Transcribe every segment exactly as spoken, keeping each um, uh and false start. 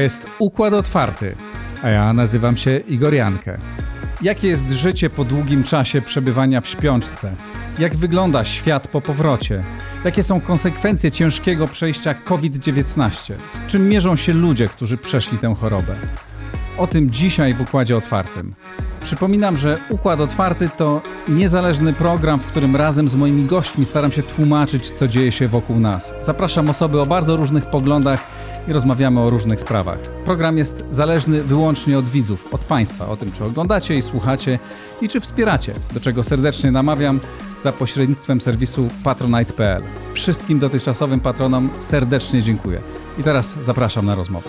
jest Układ Otwarty, a ja nazywam się Igor Jankę. Jakie jest życie po długim czasie przebywania w śpiączce? Jak wygląda świat po powrocie? Jakie są konsekwencje ciężkiego przejścia kowid dziewiętnaście? Z czym mierzą się ludzie, którzy przeszli tę chorobę? O tym dzisiaj w Układzie Otwartym. Przypominam, że Układ Otwarty to niezależny program, w którym razem z moimi gośćmi staram się tłumaczyć, co dzieje się wokół nas. Zapraszam osoby o bardzo różnych poglądach i rozmawiamy o różnych sprawach. Program jest zależny wyłącznie od widzów, od Państwa, o tym, czy oglądacie i słuchacie i czy wspieracie, do czego serdecznie namawiam za pośrednictwem serwisu patronite kropka p l. Wszystkim dotychczasowym patronom serdecznie dziękuję. I teraz zapraszam na rozmowę.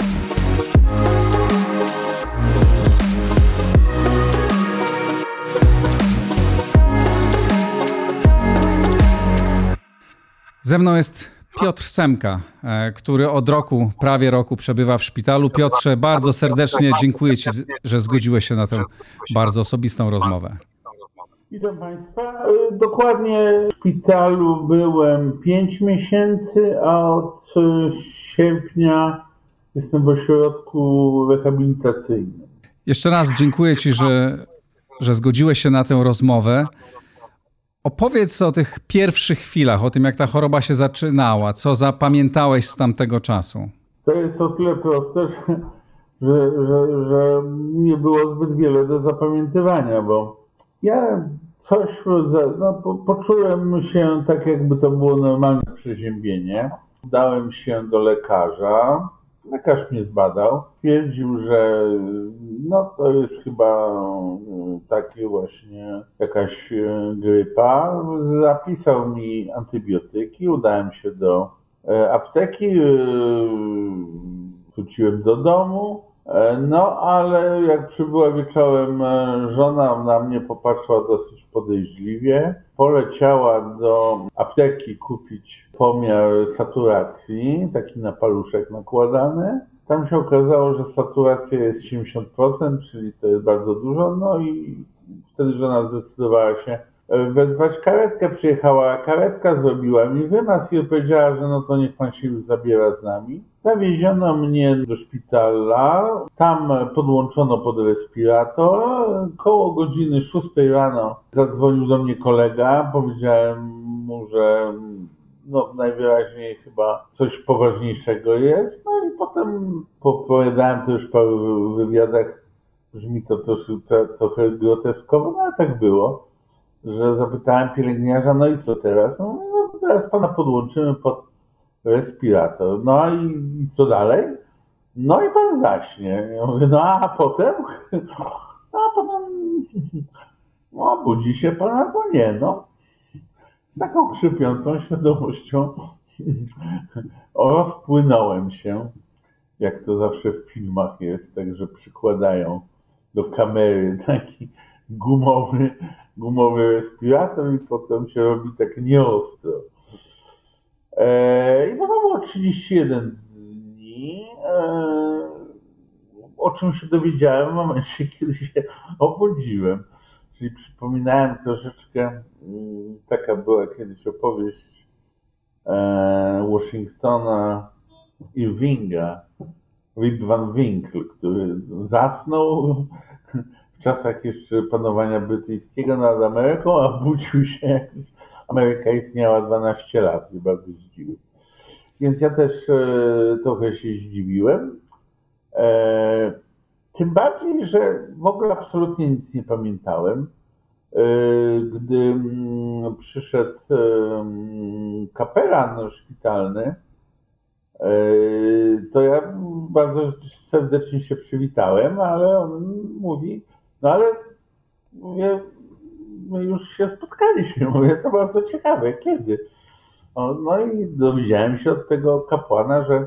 Ze mną jest Piotr Semka, który od roku, prawie roku przebywa w szpitalu. Piotrze, bardzo serdecznie dziękuję Ci, że zgodziłeś się na tę bardzo osobistą rozmowę. Witam Państwa. Dokładnie w szpitalu byłem pięć miesięcy, a od sierpnia jestem w ośrodku rehabilitacyjnym. Jeszcze raz dziękuję Ci, że, że zgodziłeś się na tę rozmowę. Opowiedz o tych pierwszych chwilach, o tym, jak ta choroba się zaczynała, co zapamiętałeś z tamtego czasu. To jest o tyle proste, że, że, że, że nie było zbyt wiele do zapamiętywania, bo ja coś, no, po, poczułem się tak, jakby to było normalne przeziębienie. Udałem się do lekarza. Lekarz mnie zbadał, stwierdził, że no to jest chyba takie właśnie jakaś grypa. Zapisał mi antybiotyki, udałem się do apteki, wróciłem do domu. No ale jak przybyła wieczorem żona, na mnie popatrzyła dosyć podejrzliwie. Poleciała do apteki kupić pomiar saturacji, taki na paluszek nakładany. Tam się okazało, że saturacja jest siedemdziesiąt procent, czyli to jest bardzo dużo. No i wtedy żona zdecydowała się wezwać karetkę. Przyjechała karetka, zrobiła mi wymaz i powiedziała, że no to niech pan się już zabiera z nami. Zawieziono mnie do szpitala, tam podłączono pod respirator. Koło godziny szóstej rano zadzwonił do mnie kolega, powiedziałem mu, że no najwyraźniej chyba coś poważniejszego jest. No i potem opowiadałem to już w paru wywiadach, brzmi to troszkę, trochę groteskowo, no ale tak było, że zapytałem pielęgniarza, no i co teraz? No, no teraz pana podłączymy pod respirator. No i, i co dalej? No i pan zaśnie. Ja mówię, no a potem? No a potem no, budzi się pan albo nie, no. Z taką krzypiącą świadomością rozpłynąłem się, jak to zawsze w filmach jest, także przykładają do kamery taki gumowy, gumowy respirator i potem się robi tak nieostro. I potem było trzydzieści jeden dni, o czym się dowiedziałem w momencie, kiedy się obudziłem. Czyli przypominałem troszeczkę, taka była kiedyś opowieść Washingtona Irvinga, Rip Van Winkle, który zasnął w czasach jeszcze panowania brytyjskiego nad Ameryką, a budził się, jak Ameryka istniała dwanaście lat i bardzo zdziwił. Więc ja też e, trochę się zdziwiłem. E, tym bardziej, że w ogóle absolutnie nic nie pamiętałem. E, gdy m, przyszedł e, kapelan szpitalny, e, to ja bardzo serdecznie się przywitałem, ale on mówi, no ale mówię, my już się spotkaliśmy, mówię, to bardzo ciekawe, kiedy? No i dowiedziałem się od tego kapłana, że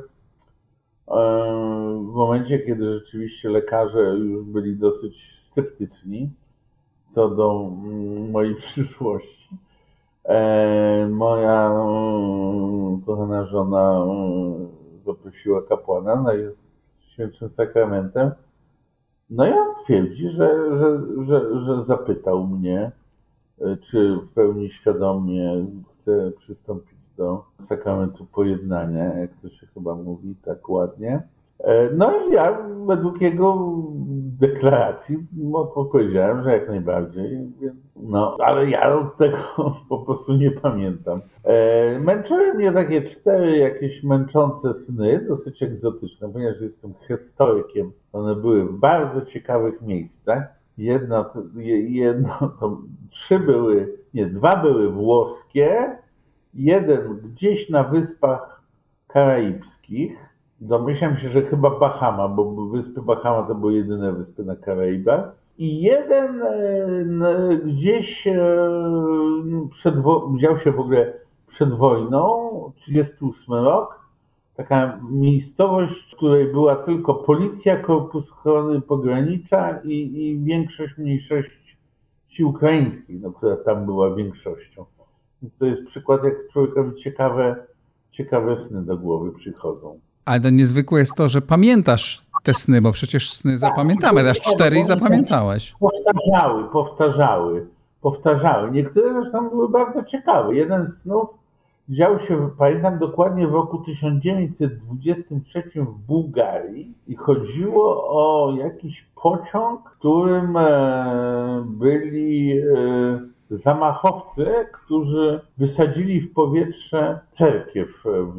w momencie, kiedy rzeczywiście lekarze już byli dosyć sceptyczni co do mojej przyszłości, moja kochana żona zaprosiła kapłana no z świętym sakramentem. No i on twierdzi, że, że, że, że zapytał mnie, czy w pełni świadomie chcę przystąpić do sakramentu pojednania, jak to się chyba mówi tak ładnie. No i ja według jego deklaracji odpowiedziałem, że jak najbardziej, więc no, ale ja od tego po prostu nie pamiętam. E, męczyły mnie takie cztery jakieś męczące sny, dosyć egzotyczne, ponieważ jestem historykiem. One były w bardzo ciekawych miejscach. Jedno, to, jedno to trzy były, nie, dwa były włoskie, jeden gdzieś na Wyspach Karaibskich. Domyślam się, że chyba Bahama, bo wyspy Bahama to były jedyne wyspy na Karaibach. I jeden e, gdzieś e, przed, wziął się w ogóle przed wojną, trzydziesty ósmy rok, taka miejscowość, w której była tylko policja, Korpus Ochrony Pogranicza i, i większość mniejszości ukraińskich, no, która tam była większością. Więc to jest przykład, jak człowiekowi ciekawe, ciekawe sny do głowy przychodzą. Ale to niezwykłe jest to, że pamiętasz te sny, bo przecież sny zapamiętamy. Dasz cztery i zapamiętałeś. Powtarzały, powtarzały, powtarzały. Niektóre zresztą były bardzo ciekawe. Jeden z snów dział się, pamiętam dokładnie, w roku tysiąc dziewięćset dwudziestym trzecim w Bułgarii i chodziło o jakiś pociąg, którym byli zamachowcy, którzy wysadzili w powietrze cerkiew. W,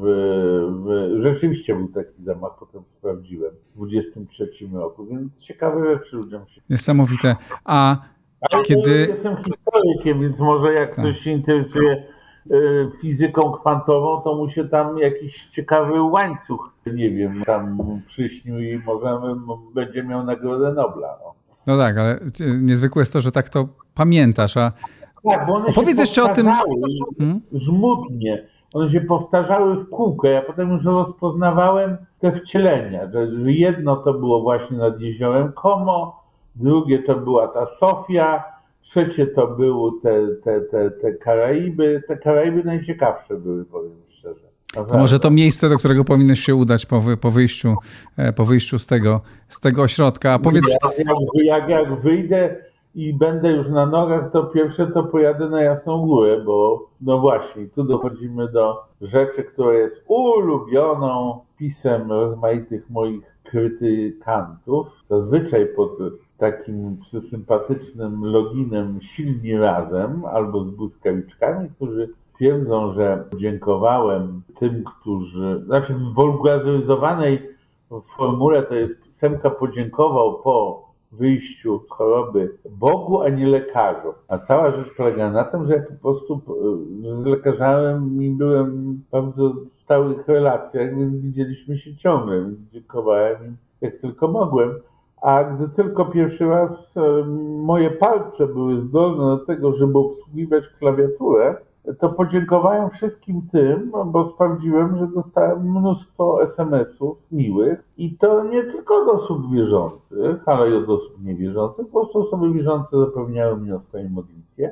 w, rzeczywiście był taki zamach, potem sprawdziłem, w dwudziestym trzecim roku, więc ciekawe rzeczy ludziom się... Niesamowite. A Ale kiedy... ja jestem historykiem, więc może jak tak. ktoś się interesuje y, fizyką kwantową, to mu się tam jakiś ciekawy łańcuch, nie wiem, tam przyśnił i może będzie miał Nagrodę Nobla. No. No tak, ale niezwykłe jest to, że tak to pamiętasz, a tak, bo one opowiedz się jeszcze o tym hmm? żmudnie. One się powtarzały w kółko. Ja potem już rozpoznawałem te wcielenia, że, że jedno to było właśnie nad jeziorem Como, drugie to była ta Sofia, trzecie to były te, te, te, te Karaiby. Te Karaiby najciekawsze były, powiem szczerze. To może to miejsce, do którego powinieneś się udać po, wy, po wyjściu, po wyjściu z tego, z tego ośrodka. A powiedz... jak, jak, jak, jak wyjdę i będę już na nogach, to pierwsze to pojadę na Jasną Górę, bo no właśnie, tu dochodzimy do rzeczy, która jest ulubioną pisem rozmaitych moich krytykantów. Zazwyczaj pod takim sympatycznym loginem Silni Razem albo z błyskawiczkami, którzy twierdzą, że dziękowałem tym, którzy... Znaczy w wulgaryzowanej formule to jest Semka podziękował po wyjściu z choroby Bogu, a nie lekarzom. A cała rzecz polega na tym, że ja po prostu z lekarzami byłem w bardzo stałych relacjach, więc widzieliśmy się ciągle, więc dziękowałem im jak tylko mogłem. A gdy tylko pierwszy raz moje palce były zdolne do tego, żeby obsługiwać klawiaturę, to podziękowałem wszystkim tym, bo sprawdziłem, że dostałem mnóstwo es em esów miłych i to nie tylko od osób wierzących, ale i od osób niewierzących. Po prostu osoby wierzące zapewniały mnie o swojej modlitwie,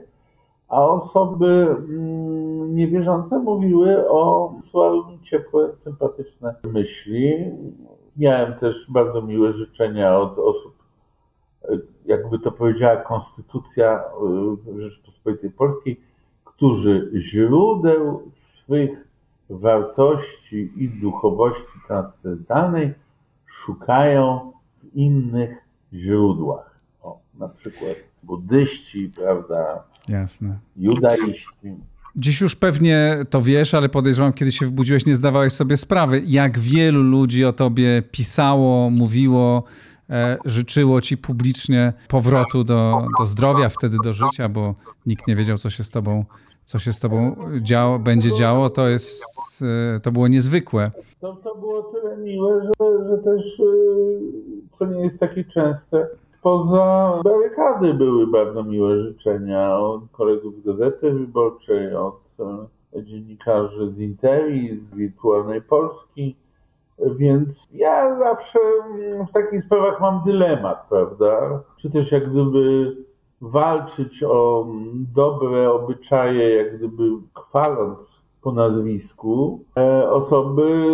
a osoby mm, niewierzące mówiły o słabe, ciepłe, sympatyczne myśli. Miałem też bardzo miłe życzenia od osób, jakby to powiedziała Konstytucja Rzeczypospolitej Polskiej, którzy źródeł swych wartości i duchowości transcendentalnej szukają w innych źródłach. O, na przykład buddyści, prawda? Jasne. Judaiści. Dziś już pewnie to wiesz, ale podejrzewam, kiedy się wbudziłeś, nie zdawałeś sobie sprawy, jak wielu ludzi o tobie pisało, mówiło, e, życzyło ci publicznie powrotu do, do zdrowia, wtedy do życia, bo nikt nie wiedział, co się z tobą, co się z tobą działo, będzie działo. To jest, e, to było niezwykłe. To, to było tyle miłe, że, że też, co nie jest takie częste, poza barykady były bardzo miłe życzenia od kolegów z Gazety Wyborczej, od dziennikarzy z Interi, z Wirtualnej Polski, więc ja zawsze w takich sprawach mam dylemat, prawda? Czy też jak gdyby walczyć o dobre obyczaje, jak gdyby chwaląc po nazwisku osoby,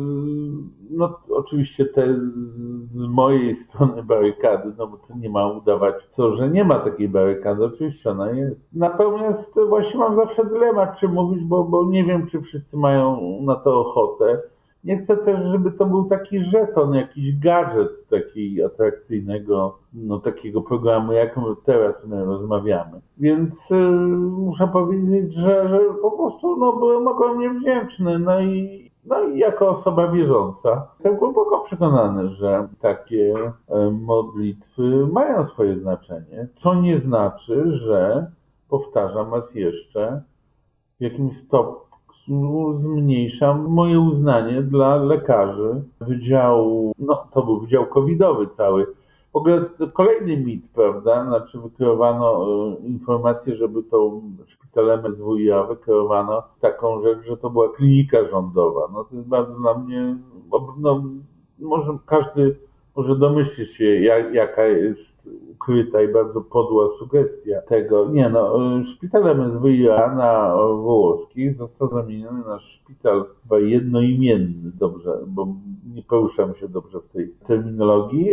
no oczywiście te z mojej strony barykady, no bo to nie ma udawać co, że nie ma takiej barykady, oczywiście ona jest. Natomiast właśnie mam zawsze dylemat, czy mówić, bo, bo nie wiem, czy wszyscy mają na to ochotę. nie chcę też, żeby to był taki żeton, jakiś gadżet takiego atrakcyjnego, no takiego programu, jak teraz my rozmawiamy. Więc y, muszę powiedzieć, że, że po prostu no, byłem ogromnie wdzięczny. No i, no i jako osoba wierząca jestem głęboko przekonany, że takie y, modlitwy mają swoje znaczenie, co nie znaczy, że, powtarzam raz jeszcze, w jakimś stopniu zmniejszam moje uznanie dla lekarzy wydziału, no to był wydział covidowy cały. W ogóle kolejny mit, prawda, znaczy wykreowano y, informację, żeby tą szpital M S W i A wykreowano taką rzecz, że to była klinika rządowa. No to jest bardzo dla mnie, no może każdy może domyślić się, jak, jaka jest ukryta i bardzo podła sugestia tego. Nie no, szpital M S W i A na Wołoskich został zamieniony na szpital chyba jednoimienny, dobrze, bo nie poruszam się dobrze w tej terminologii,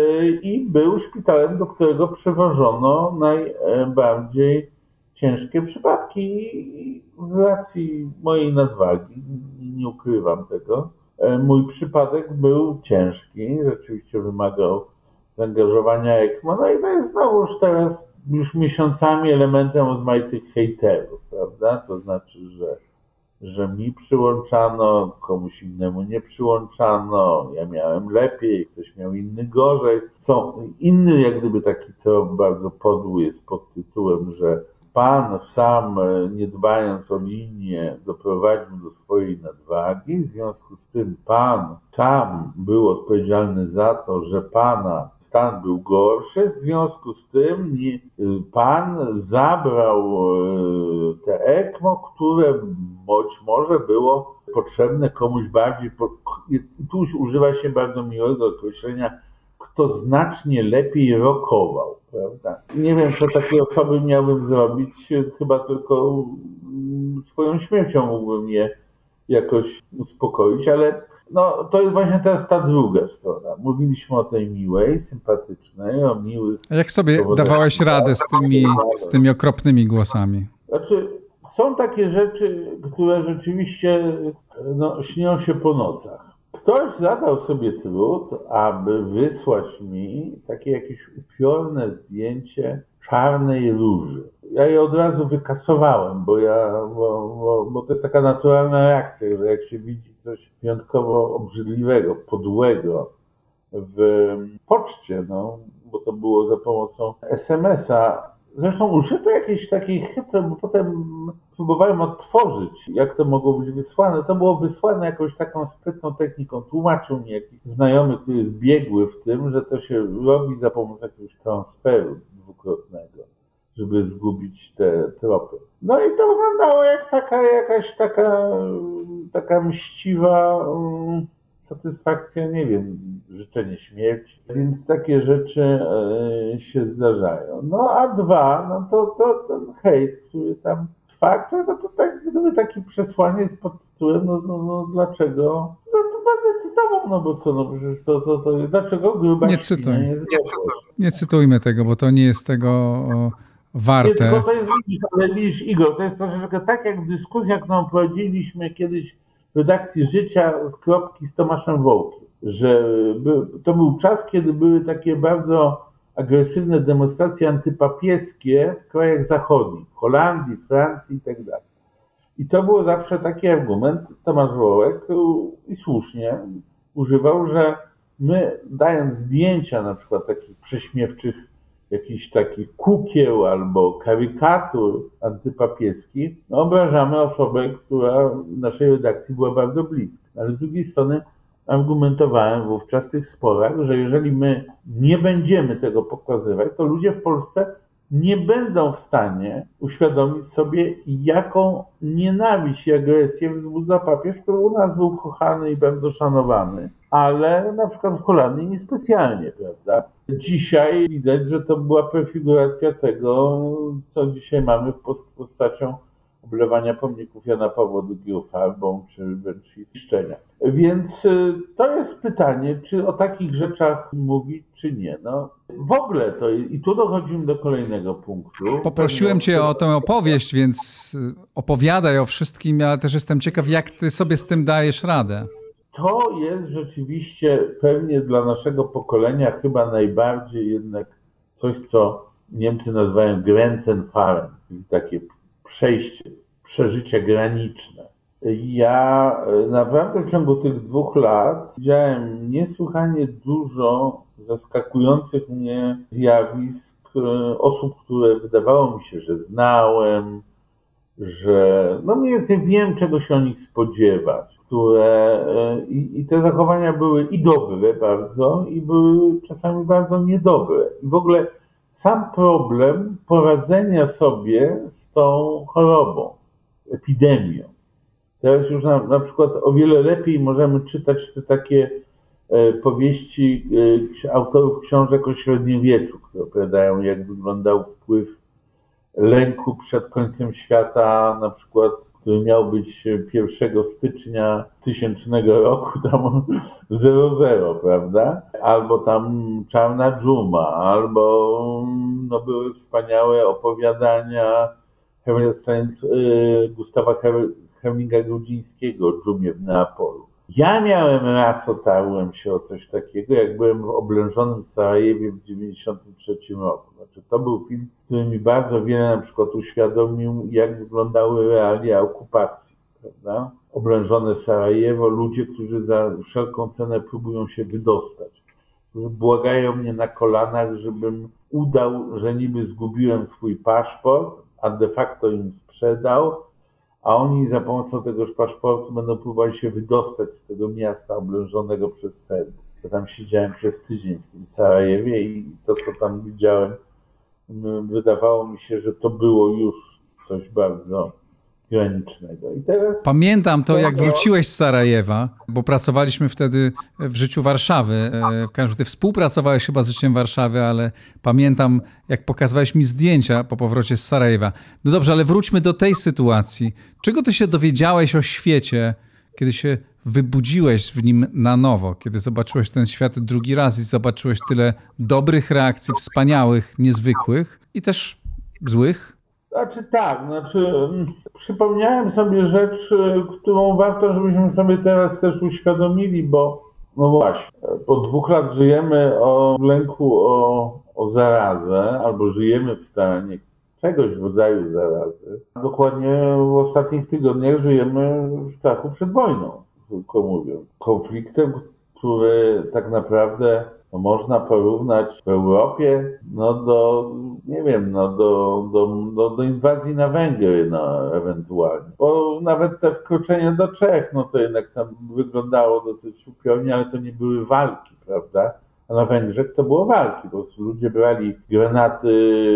i był szpitalem, do którego przewożono najbardziej ciężkie przypadki z racji mojej nadwagi, nie ukrywam tego. Mój przypadek był ciężki, rzeczywiście wymagał zaangażowania ECMO, no i to jest znowuż teraz już miesiącami elementem rozmaitych hejterów, prawda? To znaczy, że, że mi przyłączano, komuś innemu nie przyłączano, ja miałem lepiej, ktoś miał inny gorzej. Są inny jak gdyby taki trop bardzo podły jest pod tytułem, że pan sam, nie dbając o linię, doprowadził do swojej nadwagi. W związku z tym pan sam był odpowiedzialny za to, że pana stan był gorszy. W związku z tym nie, pan zabrał te ECMO, które być może było potrzebne komuś bardziej. Tu już używa się bardzo miłego określenia, kto znacznie lepiej rokował, prawda? Nie wiem, co takie osoby miałbym zrobić, chyba tylko swoją śmiercią mógłbym je jakoś uspokoić, ale no, to jest właśnie teraz ta druga strona. Mówiliśmy o tej miłej, sympatycznej, o miłych... A jak sobie dawałeś radę z tymi, z tymi okropnymi głosami? Znaczy, są takie rzeczy, które rzeczywiście no, śnią się po nocach. Ktoś zadał sobie trud, aby wysłać mi takie jakieś upiorne zdjęcie czarnej róży. Ja je od razu wykasowałem, bo, ja, bo, bo, bo to jest taka naturalna reakcja, że jak się widzi coś wyjątkowo obrzydliwego, podłego w poczcie, no, bo to było za pomocą es em es a. Zresztą użyto jakiejś takiej chytrej, bo potem próbowałem odtworzyć, jak to mogło być wysłane. To było wysłane jakąś taką sprytną techniką. Tłumaczył mi jakiś znajomy, który jest biegły w tym, że to się robi za pomocą jakiegoś transferu dwukrotnego, żeby zgubić te tropy. No i to wyglądało jak taka jakaś taka, taka mściwa satysfakcja, nie wiem, życzenie śmierci, więc takie rzeczy e, się zdarzają. No a dwa, no to, to ten hejt, który tam trwa, który, no to tak, gdyby takie przesłanie jest pod tytułem, no, no, no dlaczego? No to będę cytował, no bo co, no przecież to, to, to dlaczego gruba nie cytuj. Nie, nie cytujmy tego, bo to nie jest tego o, warte. Nie, tylko to jest, widzisz, ale widzisz, Igor, to jest troszeczkę tak jak w dyskusjach, którą prowadziliśmy kiedyś w redakcji Życia z kropki z Tomaszem Wołkiem, że by, to był czas, kiedy były takie bardzo agresywne demonstracje antypapieskie w krajach zachodnich, w Holandii, Francji i tak dalej. I to był zawsze taki argument, Tomasz Wołek i słusznie używał, że my dając zdjęcia na przykład takich prześmiewczych, jakichś takich kukieł albo karykatur antypapieskich, no obrażamy osobę, która w naszej redakcji była bardzo bliska. Ale z drugiej strony argumentowałem wówczas w tych sporach, że jeżeli my nie będziemy tego pokazywać, to ludzie w Polsce nie będą w stanie uświadomić sobie, jaką nienawiść i agresję wzbudza papież, który u nas był kochany i bardzo szanowany, ale na przykład w Holandii niespecjalnie, prawda? Dzisiaj widać, że to była prefiguracja tego, co dzisiaj mamy w postacią oblewania pomników Jana Pawła drugiego farbą, czy wręcz ich niszczenia. Więc to jest pytanie, czy o takich rzeczach mówić, czy nie. No, w ogóle to, i tu dochodzimy do kolejnego punktu. Poprosiłem cię o tę opowieść, więc opowiadaj o wszystkim, ale też jestem ciekaw, jak ty sobie z tym dajesz radę. to jest rzeczywiście pewnie dla naszego pokolenia chyba najbardziej jednak coś, co Niemcy nazywają Grenzenfahren, czyli takie przejście, przeżycie graniczne. Ja naprawdę w ciągu tych dwóch lat widziałem niesłychanie dużo zaskakujących mnie zjawisk osób, które wydawało mi się, że znałem, że no mniej więcej wiem, czego się o nich spodziewać, które i, i te zachowania były i dobre bardzo, i były czasami bardzo niedobre. I w ogóle sam problem poradzenia sobie z tą chorobą, epidemią. Teraz już na, na przykład o wiele lepiej możemy czytać te takie e, powieści e, autorów książek o średniowieczu, które opowiadają, jak wyglądał wpływ lęku przed końcem świata, na przykład, który miał być pierwszego stycznia tysięcznego roku, tam zero zero, prawda? Albo tam Czarna dżuma, albo no, były wspaniałe opowiadania Gustawa Herminga-Grudzińskiego o dżumie w Neapolu. Ja miałem raz, otarłem się o coś takiego, jak byłem w oblężonym Sarajewie w dziewięćdziesiątym trzecim roku. Znaczy, to był film, który mi bardzo wiele na przykład uświadomił, jak wyglądały realia okupacji, prawda? Oblężone Sarajewo, ludzie, którzy za wszelką cenę próbują się wydostać, którzy błagają mnie na kolanach, żebym udał, że niby zgubiłem swój paszport, a de facto im sprzedał, a oni za pomocą tegoż paszportu będą próbowali się wydostać z tego miasta oblężonego przez Serbów. Ja tam siedziałem przez tydzień w tym Sarajewie i to, co tam widziałem, wydawało mi się, że to było już coś bardzo granicznego. I teraz... Pamiętam to, jak wróciłeś z Sarajewa, bo pracowaliśmy wtedy w Życiu Warszawy. W każdym razie współpracowałeś chyba z Życiem Warszawy, ale pamiętam, jak pokazywałeś mi zdjęcia po powrocie z Sarajewa. No dobrze, ale wróćmy do tej sytuacji. Czego ty się dowiedziałeś o świecie, kiedy się wybudziłeś w nim na nowo, kiedy zobaczyłeś ten świat drugi raz i zobaczyłeś tyle dobrych reakcji, wspaniałych, niezwykłych i też złych? Znaczy tak, znaczy przypomniałem sobie rzecz, którą warto, żebyśmy sobie teraz też uświadomili, bo no właśnie, po dwóch lat żyjemy o lęku o, o zarazę, albo żyjemy w stanie czegoś w rodzaju zarazy. Dokładnie w ostatnich tygodniach żyjemy w strachu przed wojną, krótko mówiąc. Konfliktem, który tak naprawdę no, można porównać w Europie no, do, nie wiem, no, do, do, do, do inwazji na Węgry no, ewentualnie. Bo nawet te wkroczenia do Czech, no to jednak tam wyglądało dosyć upiornie, ale to nie były walki, prawda? A na Węgrzech to było walki, po prostu ludzie brali granaty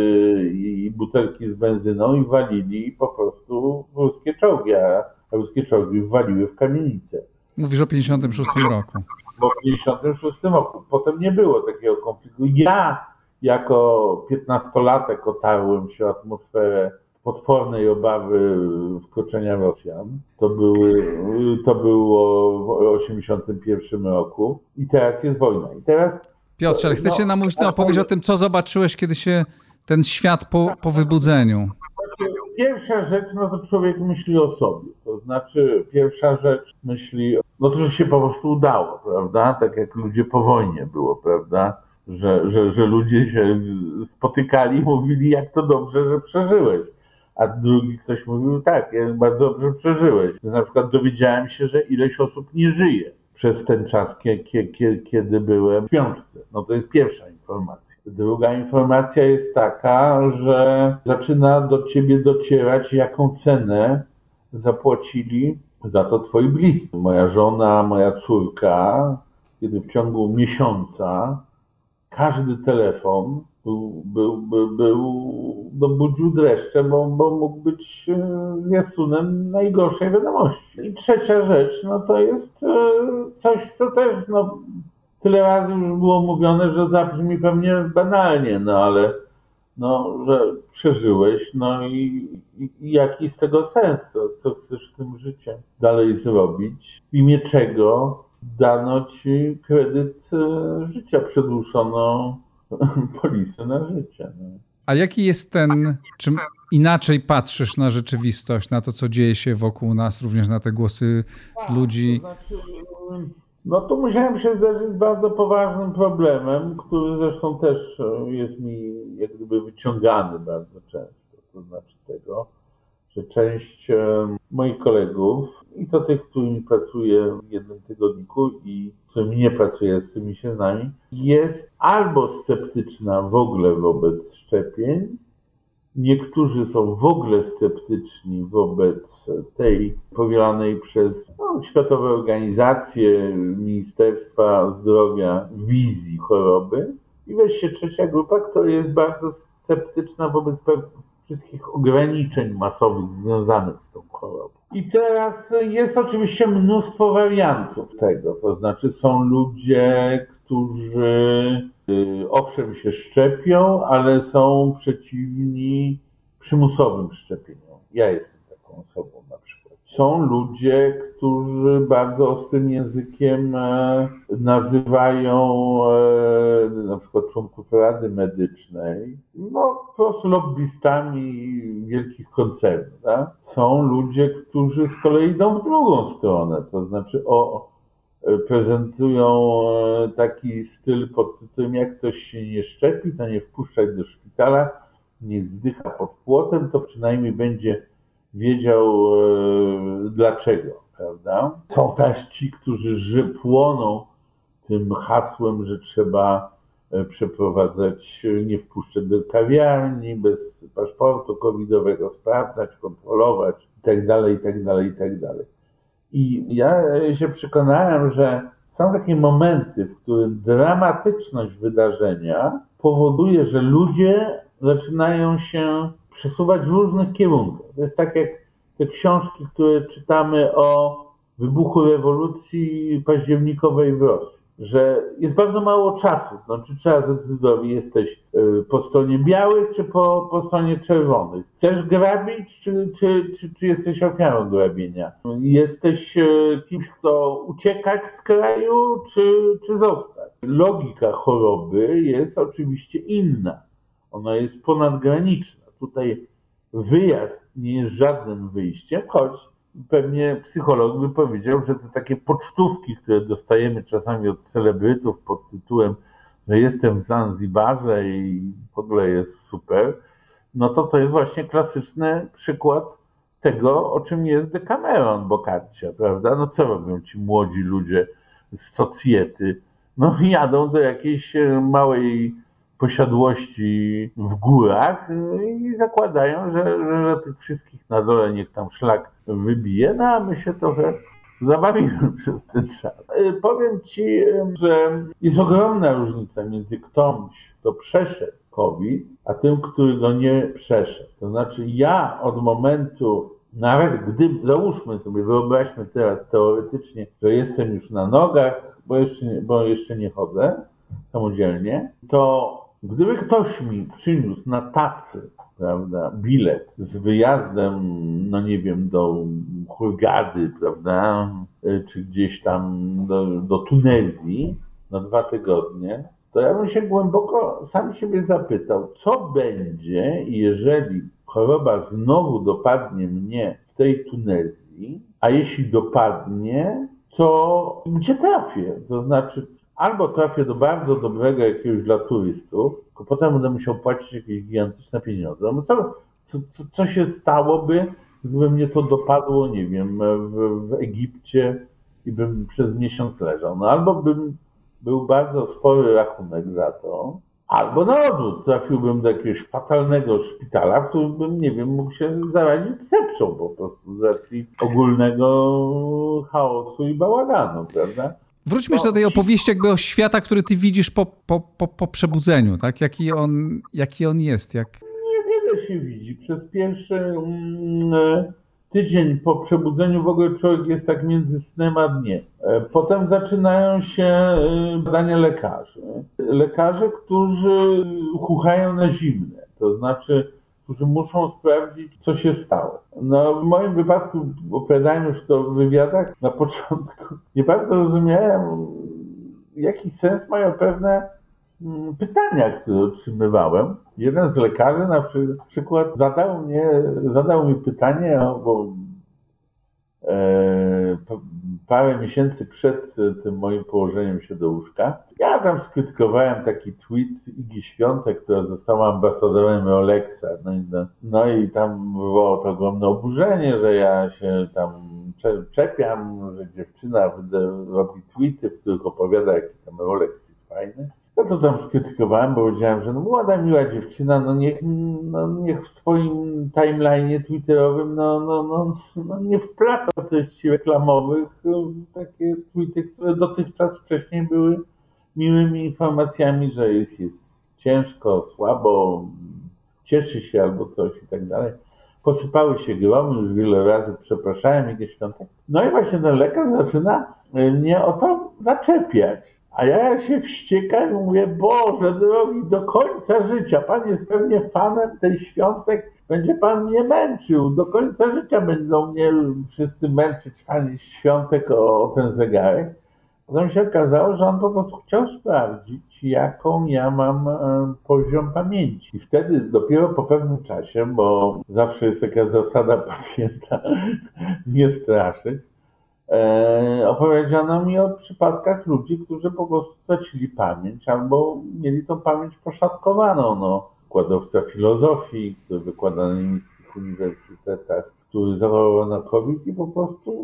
i butelki z benzyną i walili po prostu ruskie czołgi, a ruskie czołgi waliły w kamienice. Mówisz o pięćdziesiątym szóstym roku. Bo w pięćdziesiątym szóstym roku. Potem nie było takiego konfliktu. Ja jako piętnastolatek otarłem się o atmosferę potwornej obawy wkroczenia Rosjan. To, były, to było w osiemdziesiątym pierwszym roku i teraz jest wojna. I teraz, Piotrze, ale chcecie no, nam mówić, no, opowiedzieć o tym, co zobaczyłeś, kiedy się ten świat po, po wybudzeniu. Pierwsza rzecz, no to człowiek myśli o sobie. To znaczy, pierwsza rzecz myśli, no to, że się po prostu udało, prawda? Tak jak ludzie po wojnie było, prawda? Że, że, że ludzie się spotykali i mówili, jak to dobrze, że przeżyłeś. A drugi ktoś mówił, tak, jak bardzo dobrze przeżyłeś. Na przykład dowiedziałem się, że ileś osób nie żyje przez ten czas, kiedy byłem w śpiączce. No to jest pierwsza informacja. Druga informacja jest taka, że zaczyna do ciebie docierać, jaką cenę zapłacili za to twoi bliscy. Moja żona, moja córka, kiedy w ciągu miesiąca każdy telefon był, był, był, był no budził dreszcze, bo, bo mógł być zwiastunem najgorszej wiadomości. I trzecia rzecz, no to jest coś, co też no, tyle razy już było mówione, że zabrzmi pewnie banalnie, no ale no, że przeżyłeś, no i, i, i jaki z tego sens, co, co chcesz z tym życiem dalej zrobić, w imię czego dano ci kredyt życia, przedłużono polisę na życie. No. A jaki jest ten, czym inaczej patrzysz na rzeczywistość, na to, co dzieje się wokół nas, również na te głosy tak, ludzi? To znaczy, No to musiałem się zderzyć z bardzo poważnym problemem, który zresztą też jest mi jak gdyby wyciągany bardzo często. To znaczy tego, że część moich kolegów, i to tych, którymi pracuję w jednym tygodniku i z którymi nie pracuję, z tymi się znami, jest albo sceptyczna w ogóle wobec szczepień. Niektórzy są w ogóle sceptyczni wobec tej powielanej przez no, światowe organizacje, Ministerstwa Zdrowia wizji choroby. I wreszcie trzecia grupa, która jest bardzo sceptyczna wobec wszystkich ograniczeń masowych związanych z tą chorobą. I teraz jest oczywiście mnóstwo wariantów tego, to znaczy są ludzie, którzy owszem się szczepią, ale są przeciwni przymusowym szczepieniom. Ja jestem taką osobą na przykład. Są ludzie, którzy bardzo ostrym językiem nazywają na przykład członków Rady Medycznej, no po prostu lobbystami wielkich koncernów. Tak? Są ludzie, którzy z kolei idą w drugą stronę, to znaczy o prezentują taki styl pod tytułem: jak ktoś się nie szczepi, to nie wpuszczać do szpitala, niech zdycha pod płotem, to przynajmniej będzie wiedział dlaczego, prawda? Są też ci, którzy płoną tym hasłem, że trzeba przeprowadzać, nie wpuszczać do kawiarni, bez paszportu covidowego, sprawdzać, kontrolować itd., itd., itd. I ja się przekonałem, że są takie momenty, w których dramatyczność wydarzenia powoduje, że ludzie zaczynają się przesuwać w różnych kierunkach. To jest tak jak te książki, które czytamy o wybuchu rewolucji październikowej w Rosji, że jest bardzo mało czasu. Znaczy trzeba zdecydować, jesteś po stronie białych czy po, po stronie czerwonych. Chcesz grabić, czy, czy, czy, czy jesteś ofiarą grabienia? Jesteś kimś, kto uciekać z kraju, czy, czy zostać? Logika choroby jest oczywiście inna. Ona jest ponadgraniczna. Tutaj wyjazd nie jest żadnym wyjściem, choć pewnie psycholog by powiedział, że te takie pocztówki, które dostajemy czasami od celebrytów pod tytułem, że jestem w Zanzibarze i w ogóle jest super, no to to jest właśnie klasyczny przykład tego, o czym jest Decameron Boccaccia, prawda? No co robią ci młodzi ludzie z socjety? No jadą do jakiejś małej posiadłości w górach i zakładają, że, że, że tych wszystkich na dole niech tam szlak wybije, no a my się trochę zabawimy przez ten czas. Powiem ci, że jest ogromna różnica między kimś, kto przeszedł COVID, a tym, który go nie przeszedł. To znaczy ja od momentu, nawet gdy, załóżmy sobie, wyobraźmy teraz teoretycznie, że jestem już na nogach, bo jeszcze, bo jeszcze nie chodzę samodzielnie, to gdyby ktoś mi przyniósł na tacy, prawda, bilet z wyjazdem, no nie wiem, do Hurgady, prawda, czy gdzieś tam do, do Tunezji na dwa tygodnie, to ja bym się głęboko sam siebie zapytał, co będzie, jeżeli choroba znowu dopadnie mnie w tej Tunezji, a jeśli dopadnie, to gdzie trafię? To znaczy, albo trafię do bardzo dobrego jakiegoś dla turystów, tylko potem będę musiał płacić jakieś gigantyczne pieniądze. No co, co, co się stałoby, gdyby mnie to dopadło, nie wiem, w, w Egipcie i bym przez miesiąc leżał? No albo bym był bardzo spory rachunek za to, albo na odwrót, trafiłbym do jakiegoś fatalnego szpitala, w którym bym, nie wiem, mógł się zarazić sepsą po prostu z racji ogólnego chaosu i bałaganu, prawda? Wróćmy jeszcze do tej opowieści jakby o świata, który ty widzisz po, po, po, po przebudzeniu, tak? Jaki on, jaki on jest? Jak... Niewiele się widzi. Przez pierwszy mm, tydzień po przebudzeniu w ogóle człowiek jest tak między snem a dniem. Potem zaczynają się badania lekarzy. Lekarze, którzy chuchają na zimne, to znaczy, którzy muszą sprawdzić, co się stało. No, w moim wypadku, opowiadałem już to w wywiadach, na początku nie bardzo rozumiałem, jaki sens mają pewne pytania, które otrzymywałem. Jeden z lekarzy na przykład zadał, mnie, zadał mi pytanie, bo e, parę miesięcy przed tym moim położeniem się do łóżka, ja tam skrytykowałem taki tweet Igi Świątek, która została ambasadorem Rolexa. No i, no, no i tam było to ogromne oburzenie, że ja się tam czepiam, że dziewczyna robi tweety, w których opowiada, jaki tam Rolex jest fajny. Ja to tam skrytykowałem, bo powiedziałem, że no młoda, miła dziewczyna, no niech, no niech w swoim timeline'ie twitterowym, no, no, no, no nie wplata treści reklamowych, takie tweety, które dotychczas wcześniej były miłymi informacjami, że jest, jest ciężko, słabo, cieszy się albo coś i tak dalej. Posypały się gromy, już wiele razy przepraszałem jakieś Świątek. No i właśnie ten lekarz zaczyna mnie o to zaczepiać. A ja się wściekam i mówię, Boże drogi, do końca życia, pan jest pewnie fanem tej Świątek, będzie pan mnie męczył, do końca życia będą mnie wszyscy męczyć fani Świątek o, o ten zegarek. Potem się okazało, że on po prostu chciał sprawdzić, jaką ja mam e, poziom pamięci. I wtedy dopiero po pewnym czasie, bo zawsze jest taka zasada pacjenta nie straszyć, e, opowiedziano mi o przypadkach ludzi, którzy po prostu tracili pamięć albo mieli tą pamięć poszatkowaną. No, wykładowca filozofii, który wykłada na niemieckich uniwersytetach, który zachorował na COVID i po prostu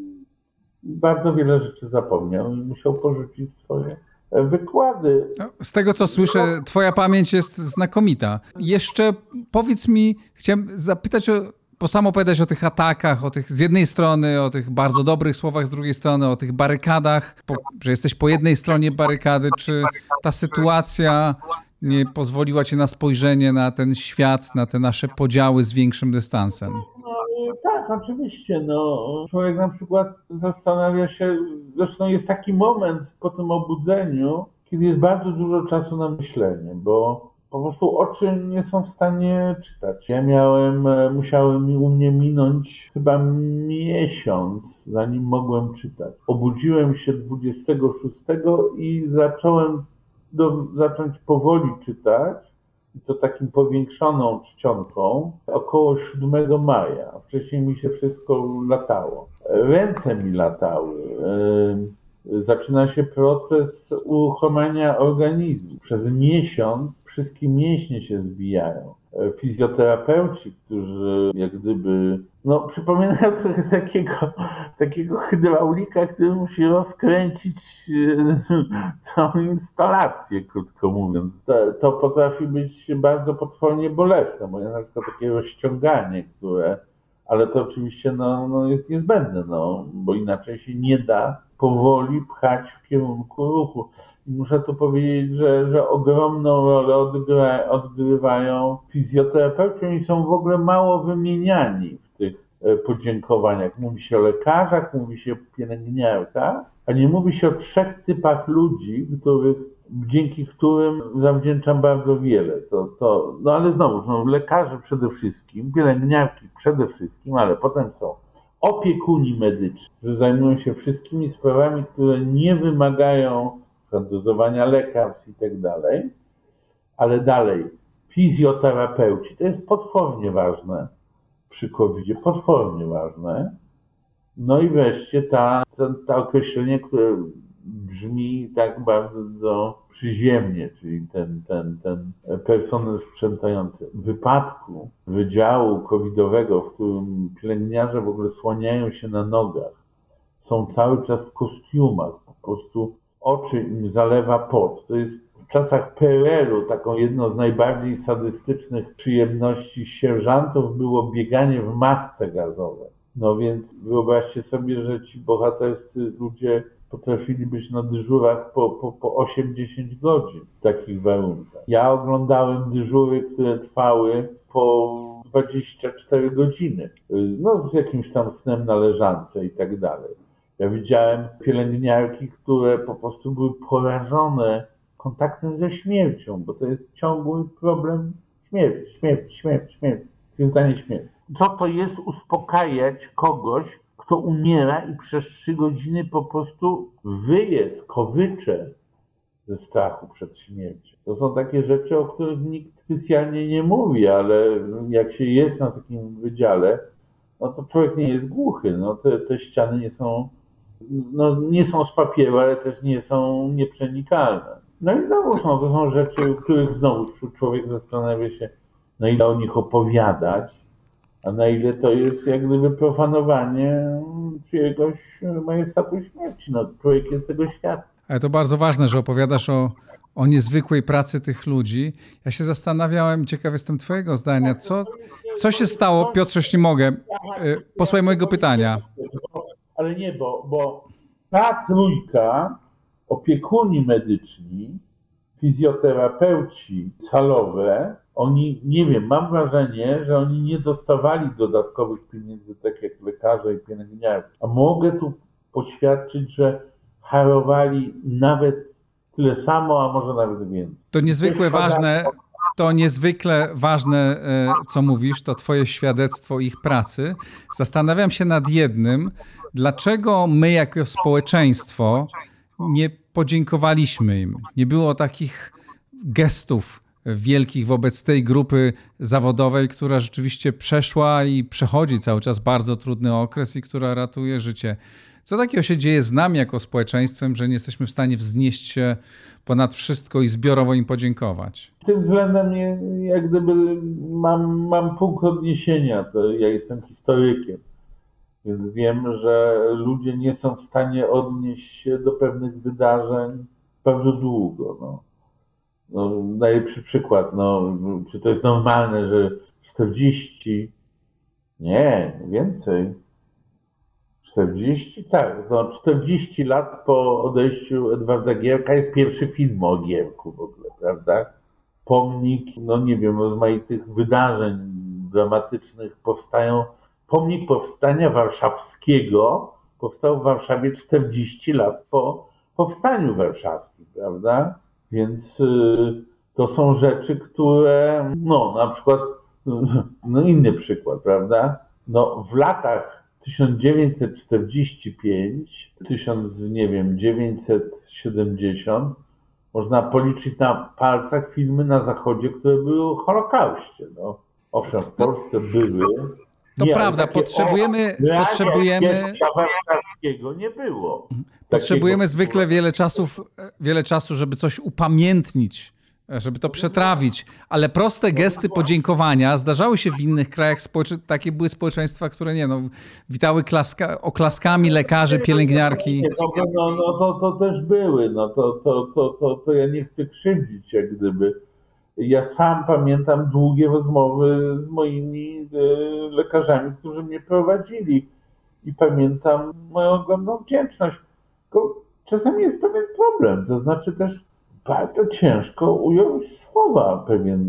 bardzo wiele rzeczy zapomniał i musiał porzucić swoje wykłady. No, z tego, co słyszę, twoja pamięć jest znakomita. Jeszcze powiedz mi, chciałem zapytać o, bo sam opowiadać o tych atakach, o tych z jednej strony, o tych bardzo dobrych słowach z drugiej strony, o tych barykadach, po, że jesteś po jednej stronie barykady. Czy ta sytuacja nie pozwoliła ci na spojrzenie na ten świat, na te nasze podziały z większym dystansem? Tak, oczywiście. No, człowiek na przykład zastanawia się, zresztą jest taki moment po tym obudzeniu, kiedy jest bardzo dużo czasu na myślenie, bo po prostu oczy nie są w stanie czytać. Ja miałem, musiałem u mnie minąć chyba miesiąc, zanim mogłem czytać. Obudziłem się dwudziestego szóstego i zacząłem do, zacząć powoli czytać. I to takim powiększoną czcionką, około siódmego maja. Wcześniej mi się wszystko latało. Ręce mi latały. Zaczyna się proces uruchomienia organizmu. Przez miesiąc wszystkie mięśnie się zbijają. Fizjoterapeuci, którzy jak gdyby, no przypominają trochę takiego, takiego hydraulika, który musi rozkręcić całą instalację, krótko mówiąc. To, to potrafi być bardzo potwornie bolesne, bo jest na przykład takie rozciąganie, które, ale to oczywiście no, no jest niezbędne, no, bo inaczej się nie da powoli pchać w kierunku ruchu. I muszę tu powiedzieć, że, że ogromną rolę odgry, odgrywają fizjoterapeuci. Oni są w ogóle mało wymieniani w tych podziękowaniach. Mówi się o lekarzach, mówi się o pielęgniarkach, a nie mówi się o trzech typach ludzi, których, dzięki którym zawdzięczam bardzo wiele. To, to, no ale znowu, no, lekarze przede wszystkim, pielęgniarki przede wszystkim, ale potem są opiekuni medyczni, którzy zajmują się wszystkimi sprawami, które nie wymagają dozowania lekarstw i tak dalej, ale dalej fizjoterapeuci, to jest potwornie ważne przy kowidzie, potwornie ważne. No i wreszcie ta, ta, ta określenie, które brzmi tak bardzo przyziemnie, czyli ten, ten, ten personel sprzątający. W wypadku wydziału covidowego, w którym pielęgniarze w ogóle słaniają się na nogach, są cały czas w kostiumach, po prostu oczy im zalewa pot. To jest w czasach P R L u taką jedną z najbardziej sadystycznych przyjemności sierżantów było bieganie w masce gazowej. No więc wyobraźcie sobie, że ci bohaterscy ludzie potrafili być na dyżurach po, po, po osiem dziesięć godzin w takich warunkach. Ja oglądałem dyżury, które trwały po dwadzieścia cztery godziny, no z jakimś tam snem na leżance i tak dalej. Ja widziałem pielęgniarki, które po prostu były porażone kontaktem ze śmiercią, bo to jest ciągły problem śmierci, śmierć, śmierć, śmierć, związanie śmierci. Co to jest uspokajać kogoś, kto umiera i przez trzy godziny po prostu wyje, skowycze ze strachu przed śmiercią. To są takie rzeczy, o których nikt specjalnie nie mówi, ale jak się jest na takim wydziale, no to człowiek nie jest głuchy. No te, te ściany nie są no, nie są z papieru, ale też nie są nieprzenikalne. No i znowu są, to są rzeczy, o których znowu człowiek zastanawia się, na ile o nich opowiadać, a na ile to jest jak gdyby profanowanie czyjegoś majestatu śmierci. No, człowiek jest tego świata. Ale to bardzo ważne, że opowiadasz o, o niezwykłej pracy tych ludzi. Ja się zastanawiałem, ciekaw jestem twojego zdania, co, co się stało, Piotrze, jeśli mogę, posłuchaj mojego pytania. Ale nie, bo, bo ta trójka, opiekuni medyczni, fizjoterapeuci salowe, oni, nie wiem, mam wrażenie, że oni nie dostawali dodatkowych pieniędzy, tak jak lekarze i pielęgniarki. A mogę tu poświadczyć, że harowali nawet tyle samo, a może nawet więcej. To niezwykle ważne, to niezwykle ważne, co mówisz, to twoje świadectwo ich pracy. Zastanawiam się nad jednym, dlaczego my jako społeczeństwo nie podziękowaliśmy im. Nie było takich gestów wielkich wobec tej grupy zawodowej, która rzeczywiście przeszła i przechodzi cały czas bardzo trudny okres i która ratuje życie. Co takiego się dzieje z nami jako społeczeństwem, że nie jesteśmy w stanie wznieść się ponad wszystko i zbiorowo im podziękować? Tym względem nie, jak gdyby mam, mam punkt odniesienia. To ja jestem historykiem, więc wiem, że ludzie nie są w stanie odnieść się do pewnych wydarzeń bardzo długo. No. No, najlepszy przykład, no, czy to jest normalne, że czterdzieści, nie, więcej, czterdzieści, tak, no czterdzieści lat po odejściu Edwarda Gierka jest pierwszy film o Gierku w ogóle, prawda? Pomnik, no nie wiem, rozmaitych wydarzeń dramatycznych powstają. Pomnik Powstania Warszawskiego powstał w Warszawie czterdzieści lat po powstaniu warszawskim, prawda? Więc y, to są rzeczy, które, no na przykład, no inny przykład, prawda? No w latach tysiąc dziewięćset czterdzieści pięć do dziewięćset siedemdziesiąt można policzyć na palcach filmy na Zachodzie, które były o Holokauście. No, owszem, w Polsce były. To nie, prawda, potrzebujemy... O, potrzebujemy... warszawskiego nie było. Potrzebujemy zwykle wiele czasów, wiele czasu, żeby coś upamiętnić, żeby to przetrawić, ale proste gesty podziękowania zdarzały się w innych krajach, takie były społeczeństwa, które nie no, witały klaska, oklaskami lekarzy, pielęgniarki. No, no, no to, to też były, no to, to, to, to, to ja nie chcę krzywdzić jak gdyby. Ja sam pamiętam długie rozmowy z moimi y, lekarzami, którzy mnie prowadzili i pamiętam moją ogromną wdzięczność. Tylko czasami jest pewien problem, to znaczy też bardzo ciężko ująć słowa, pewien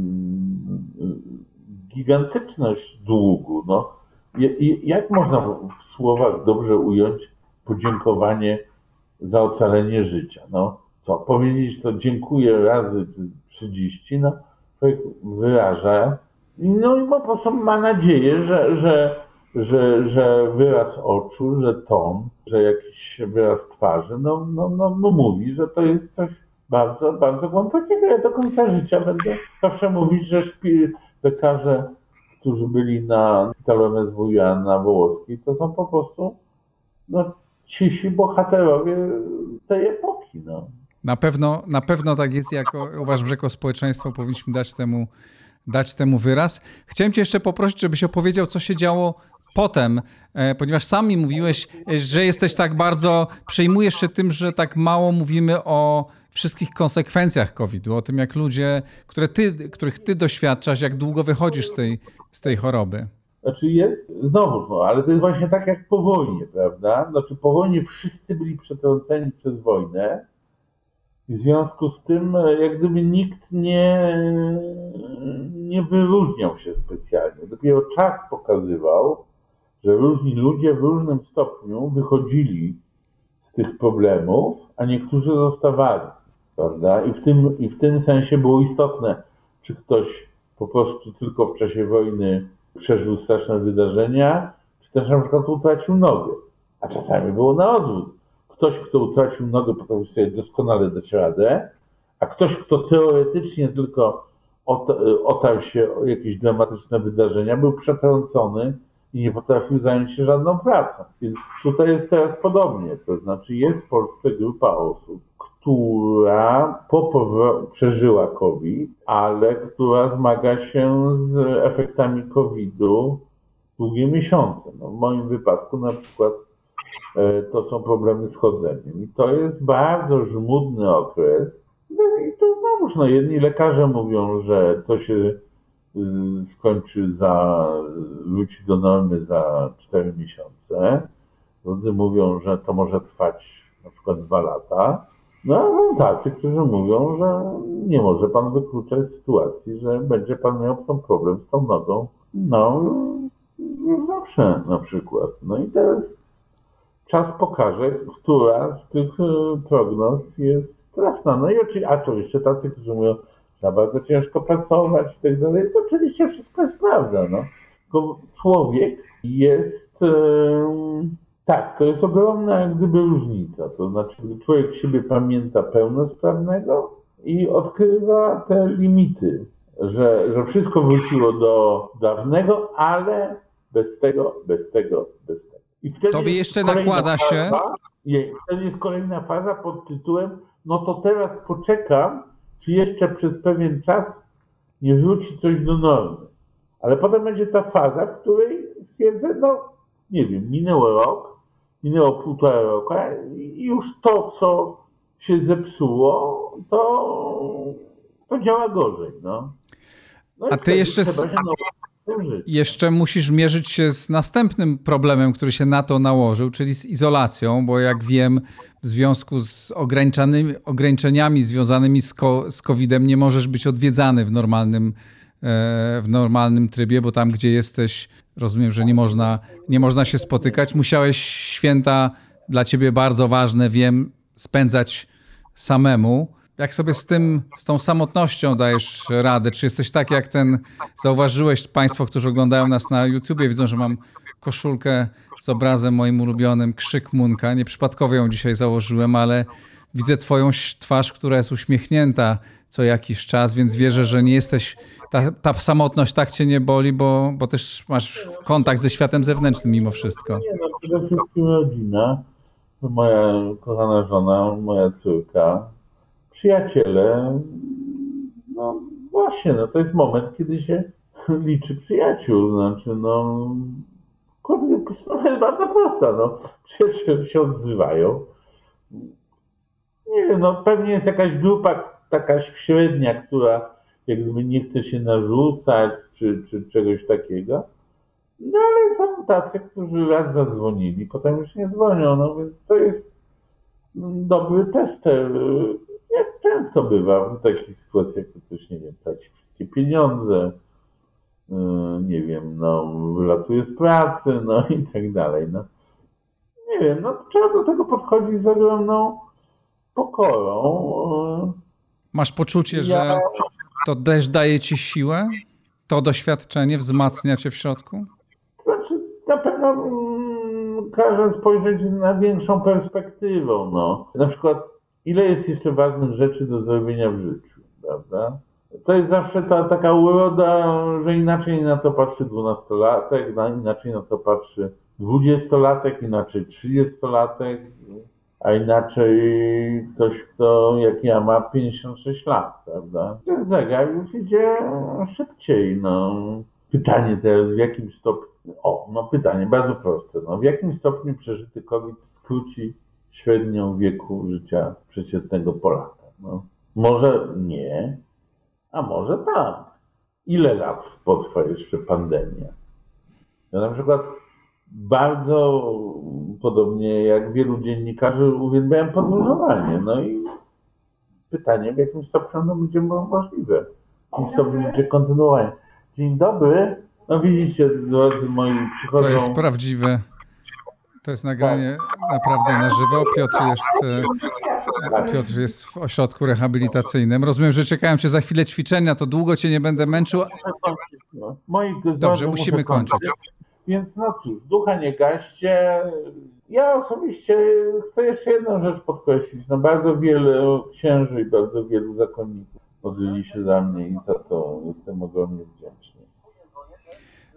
gigantyczność długu. No. I jak można w słowach dobrze ująć podziękowanie za ocalenie życia? No, co, powiedzieć to dziękuję razy trzydzieści, no człowiek wyraża, no i po prostu ma nadzieję, że, że, że, że wyraz oczu, że ton, że jakiś wyraz twarzy, no, no, no, no mówi, że to jest coś bardzo, bardzo głębokiego. Ja do końca życia będę zawsze mówić, że szpi- lekarze, którzy byli na szpitalu M S W na Wołoskiej, to są po prostu no, cisi bohaterowie tej epoki. No. Na pewno, na pewno tak jest. Jako, uważam, że jako społeczeństwo powinniśmy dać temu, dać temu wyraz. Chciałem cię jeszcze poprosić, żebyś opowiedział, co się działo potem, ponieważ sami mówiłeś, że jesteś tak bardzo, przejmujesz się tym, że tak mało mówimy o wszystkich konsekwencjach kowida, o tym, jak ludzie, które ty, których ty doświadczasz, jak długo wychodzisz z tej, z tej choroby. Znaczy jest, znowu, no, ale to jest właśnie tak jak po wojnie, prawda? Znaczy po wojnie wszyscy byli przetrąceni przez wojnę i w związku z tym jak gdyby nikt nie, nie wyróżniał się specjalnie. Dopiero czas pokazywał, że różni ludzie w różnym stopniu wychodzili z tych problemów, a niektórzy zostawali, prawda? I w tym, i w tym sensie było istotne, czy ktoś po prostu tylko w czasie wojny przeżył straszne wydarzenia, czy też na przykład utracił nogę. A czasami było na odwrót. Ktoś, kto utracił nogę, potrafił sobie doskonale dać radę, a ktoś, kto teoretycznie tylko otarł się o jakieś dramatyczne wydarzenia, był przetrącony i nie potrafił zająć się żadną pracą. Więc tutaj jest teraz podobnie. To znaczy jest w Polsce grupa osób, która po powro- przeżyła COVID, ale która zmaga się z efektami kowida długie miesiące. No, w moim wypadku na przykład e, to są problemy z chodzeniem. I to jest bardzo żmudny okres. No i to znowuż, no, jedni lekarze mówią, że to się y, skończy za, wróci do normy za cztery miesiące. Drudzy mówią, że to może trwać na przykład dwa lata. No, a są tacy, którzy mówią, że nie może pan wykluczać sytuacji, że będzie pan miał ten problem z tą nogą. No, już zawsze na przykład. No i teraz czas pokaże, która z tych prognoz jest trafna. No i oczywiście, a są jeszcze tacy, którzy mówią, że trzeba bardzo ciężko pracować i tak dalej. To oczywiście wszystko jest prawda, no. Tylko człowiek jest... Yy, Tak, to jest ogromna jak gdyby różnica. To znaczy, gdy człowiek siebie pamięta pełnosprawnego i odkrywa te limity, że, że wszystko wróciło do dawnego, ale bez tego, bez tego, bez tego. I wtedy Tobie jeszcze nakłada się... Faza, nie, wtedy jest kolejna faza pod tytułem, no to teraz poczekam, czy jeszcze przez pewien czas nie wróci coś do normy. Ale potem będzie ta faza, w której stwierdzę, no nie wiem, minęło rok, minęło półtora roku i już to, co się zepsuło, to, to działa gorzej. No. No A ty jeszcze, s- jeszcze musisz mierzyć się z następnym problemem, który się na to nałożył, czyli z izolacją, bo jak wiem, w związku z ograniczanymi, ograniczeniami związanymi z, ko- z kowidem nie możesz być odwiedzany w normalnym w normalnym trybie, bo tam, gdzie jesteś, rozumiem, że nie można, nie można się spotykać. Musiałeś święta dla ciebie bardzo ważne, wiem, spędzać samemu. Jak sobie z tym, z tą samotnością dajesz radę? Czy jesteś tak jak ten, zauważyłeś, państwo, którzy oglądają nas na YouTubie, widzą, że mam koszulkę z obrazem moim ulubionym, Krzyk Munka. Nieprzypadkowo ją dzisiaj założyłem, ale widzę twoją twarz, która jest uśmiechnięta co jakiś czas, więc wierzę, że nie jesteś, ta, ta samotność tak cię nie boli, bo, bo też masz kontakt ze światem zewnętrznym mimo wszystko. Nie, no przede wszystkim rodzina, moja kochana żona, moja córka, przyjaciele. No właśnie, no to jest moment, kiedy się liczy przyjaciół. Znaczy, no, sprawa jest bardzo prosta. No, przyjaciele się odzywają. Nie wiem, no pewnie jest jakaś grupa taka średnia, która jak gdyby nie chce się narzucać, czy, czy czegoś takiego. No ale są tacy, którzy raz zadzwonili, potem już nie dzwonią, no więc to jest dobry tester. Jak często bywa w takich sytuacjach, jak ktoś, nie wiem, traci wszystkie pieniądze, nie wiem, no wylatuje z pracy, no i tak dalej. No. Nie wiem, no trzeba do tego podchodzić z ogromną pokorą. Masz poczucie, ja... że to też daje ci siłę? To doświadczenie wzmacnia cię w środku? Znaczy, na pewno mm, każe spojrzeć na większą perspektywą. No. Na przykład, ile jest jeszcze ważnych rzeczy do zrobienia w życiu, prawda? To jest zawsze ta taka uroda, że inaczej na to patrzy dwunastolatek, inaczej na to patrzy dwudziestolatek, inaczej trzydziestolatek, a inaczej ktoś, kto jak ja ma pięćdziesiąt sześć lat, prawda? Ten zegar już idzie szybciej, no. Pytanie teraz, w jakim stopniu, o, no pytanie bardzo proste, no w jakim stopniu przeżyty COVID skróci średnią wieku życia przeciętnego Polaka? No, może nie, a może tak. Ile lat potrwa jeszcze pandemia? Ja na przykład bardzo podobnie jak wielu dziennikarzy uwielbiałem podróżowanie. No i pytanie, w jakim stopniu ono będzie możliwe, w jakim stopniu będzie kontynuowanie. Dzień dobry. No widzicie, drodzy moi, przychodzą... To jest prawdziwe. To jest nagranie naprawdę na żywo. Piotr jest, Piotr jest w ośrodku rehabilitacyjnym. Rozumiem, że czekają cię za chwilę ćwiczenia, to długo cię nie będę męczył. No. Moi Dobrze, musimy kończyć. Więc no cóż, ducha nie gaście. Ja osobiście chcę jeszcze jedną rzecz podkreślić. No bardzo wiele księży i bardzo wielu zakonników modlili się za mnie i za to jestem ogromnie wdzięczny.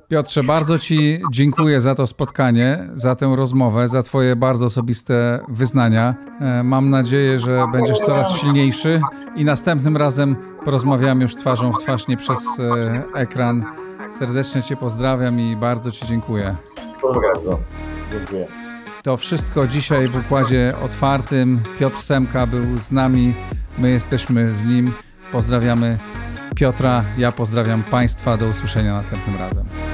Piotrze, bardzo Ci dziękuję za to spotkanie, za tę rozmowę, za Twoje bardzo osobiste wyznania. Mam nadzieję, że będziesz coraz silniejszy i następnym razem porozmawiamy już twarzą w twarz, nie przez ekran. Serdecznie Cię pozdrawiam i bardzo Ci dziękuję. Bardzo dziękuję. To wszystko dzisiaj w Układzie Otwartym. Piotr Semka był z nami, my jesteśmy z nim. Pozdrawiamy Piotra, ja pozdrawiam Państwa. Do usłyszenia następnym razem.